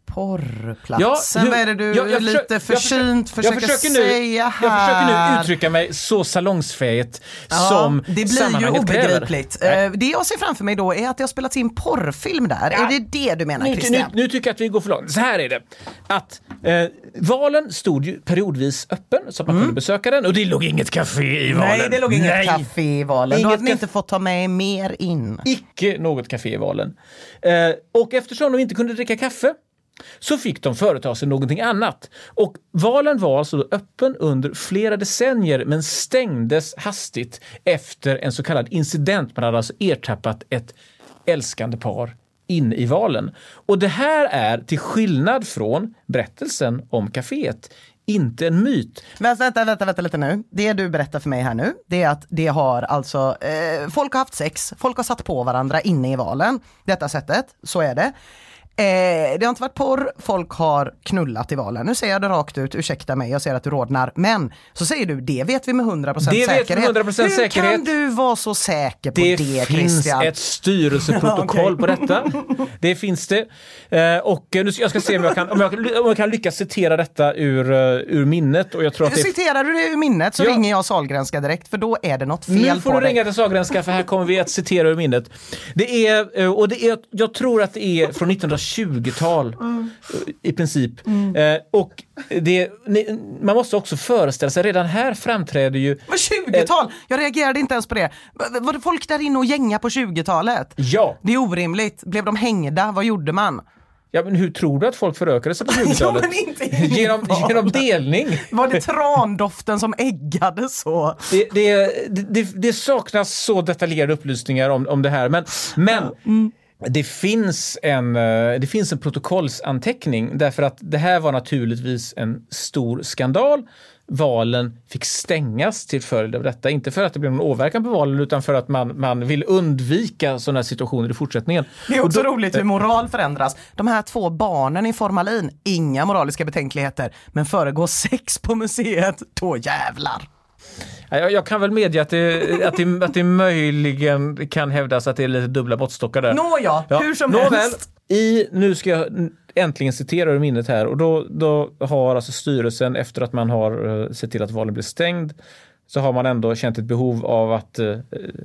Porrplatsen, ja, vad är det du jag, jag lite försynt försöker, försöker, jag försöker nu, säga här? Jag försöker nu uttrycka mig så salongsfähigt ja, som det blir ju obegripligt. Kräver. Det jag ser framför mig då är att det har spelats in porrfilm där. Ja. Är det det du menar, Christian? Nu, nu, nu tycker jag att vi går för långt. Så här är det. Att eh, valen stod ju periodvis öppen så att man mm. kunde besöka den. Och det låg inget café i valen. Nej, det låg inget Nej. café i valen. Då hade ni inte fått ta med mer in. Icke något café i valen. Eh, och eftersom de inte kunde dricka kaffe så fick de företa sig någonting annat. Och valen var alltså öppen under flera decennier men stängdes hastigt efter en så kallad incident. Man hade alltså ertappat ett älskande par in i valen. Och det här är, till skillnad från berättelsen om kaféet, inte en myt. Men vänta, vänta, vänta lite nu. Det du berättar för mig här nu, det är att det har alltså, eh, folk har haft sex, folk har satt på varandra inne i valen. Detta sättet, så är det. Eh, det har inte varit porr, folk har knullat i valen. Nu säger jag det rakt ut, ursäkta mig, jag ser att du rodnar. Men så säger du, det vet vi med hundra procent säkerhet. Det vet vi med hundra procent Hur säkerhet. kan du vara så säker på det, det, det Christian? finns ett styrelseprotokoll okay. på detta. Det finns det. Eh, och nu jag ska se om jag kan, om jag, om jag kan lyckas citera detta ur, uh, ur minnet. Och jag tror att det... Citerar du det ur minnet så ja. ringer jag Sahlgrenska direkt, för då är det något fel på dig. Nu får du ringa till Sahlgrenska, för här kommer vi att citera ur minnet. Det är, och det är, jag tror att det är från nittonhundratjugotal mm. i princip. Mm. Eh, och det, man måste också föreställa sig, redan här framträder ju... Vad tjugotal? Eh, jag reagerade inte ens på det. Var det folk där inne och gänga på tjugotalet? Ja. Det är orimligt. Blev de hängda? Vad gjorde man? Ja, men hur tror du att folk förökade sig på tjugotalet? genom, genom delning. Var det trandoften som äggade så? Det, det, det, det saknas så detaljerade upplysningar om, om det här. Men, men mm. det, finns en, det finns en protokollsanteckning, därför att det här var naturligtvis en stor skandal. Valen fick stängas till följd av detta. Inte för att det blev någon åverkan på valen, utan för att man, man vill undvika sådana här situationer i fortsättningen. Det är också då, roligt hur moral förändras. De här två barnen i formalin, inga moraliska betänkligheter. Men föregår sex på museet, då jävlar. Jag, jag kan väl medge att det, att, det, att det möjligen kan hävdas att det är lite dubbla måttstockar där. Nå ja, ja. Hur som Nåväl, helst. I, nu ska jag äntligen citera ur minnet här. Och då, då har alltså styrelsen, efter att man har uh, sett till att valen blir stängd, så har man ändå känt ett behov av att, uh,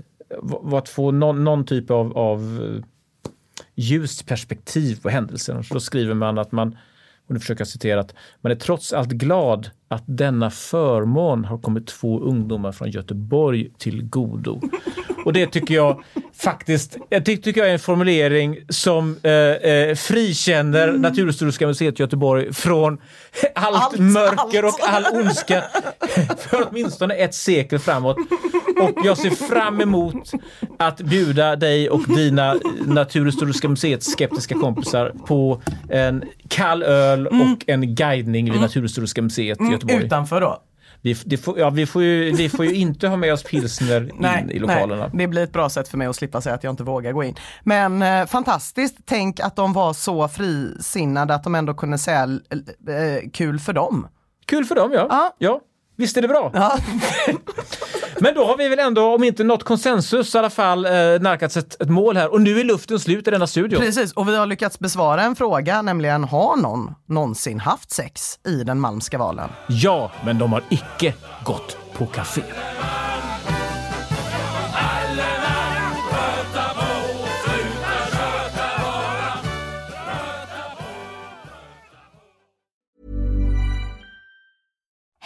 att få någon, någon typ av, av uh, ljust perspektiv på händelsen. Så då skriver man att man, och nu försöker jag citera, att man är trots allt glad att denna förmån har kommit två ungdomar från Göteborg till godo. Och det tycker jag faktiskt, jag ty- tycker jag är en formulering som eh, eh, frikänner mm. Naturhistoriska museet i Göteborg från allt, allt mörker allt. och all ondska för åtminstone ett sekel framåt. Och jag ser fram emot att bjuda dig och dina Naturhistoriska museets skeptiska kompisar på en kall öl mm. och en guidning vid mm. Naturhistoriska museet i Göteborg. Utanför då? Vi, det får, ja, vi, får ju, vi får ju inte ha med oss pilsner in nej, i lokalerna. Nej, det blir ett bra sätt för mig att slippa säga att jag inte vågar gå in. Men eh, fantastiskt, tänk att de var så frisinnade att de ändå kunde säga eh, kul för dem. Kul för dem, ja. Ah. Ja. Visst är det bra? Ja. Men då har vi väl ändå, om inte något konsensus, i alla fall eh, närkats ett, ett mål här. Och nu är luften slut i denna studio. Precis, och vi har lyckats besvara en fråga, nämligen har någon någonsin haft sex i den Malmska valen? Ja, men de har icke gått på café.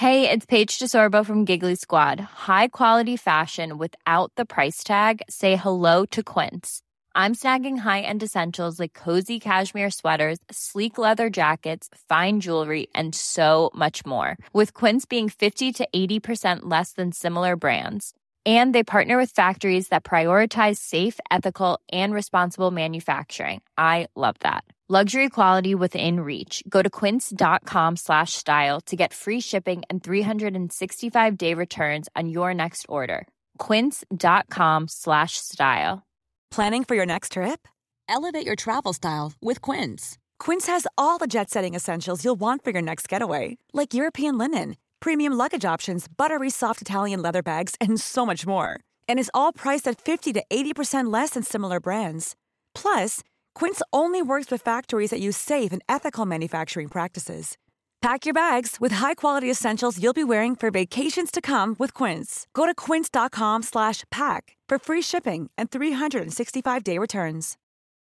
Hey, it's Paige DeSorbo from Giggly Squad. High quality fashion without the price tag. Say hello to Quince. I'm snagging high-end essentials like cozy cashmere sweaters, sleek leather jackets, fine jewelry, and so much more. With Quince being fifty to eighty percent less than similar brands. And they partner with factories that prioritize safe, ethical, and responsible manufacturing. I love that. Luxury quality within reach. Go to quince.com slash style to get free shipping and three sixty-five day returns on your next order. Quince.com slash style. Planning for your next trip? Elevate your travel style with Quince. Quince has all the jet-setting essentials you'll want for your next getaway, like European linen, premium luggage options, buttery soft Italian leather bags, and so much more. And is all priced at fifty to eighty percent less than similar brands. Plus, Quince only works with factories that use safe and ethical manufacturing practices. Pack your bags with high-quality essentials you'll be wearing for vacations to come with Quince. Go to quince.com slash pack for free shipping and three sixty-five day returns.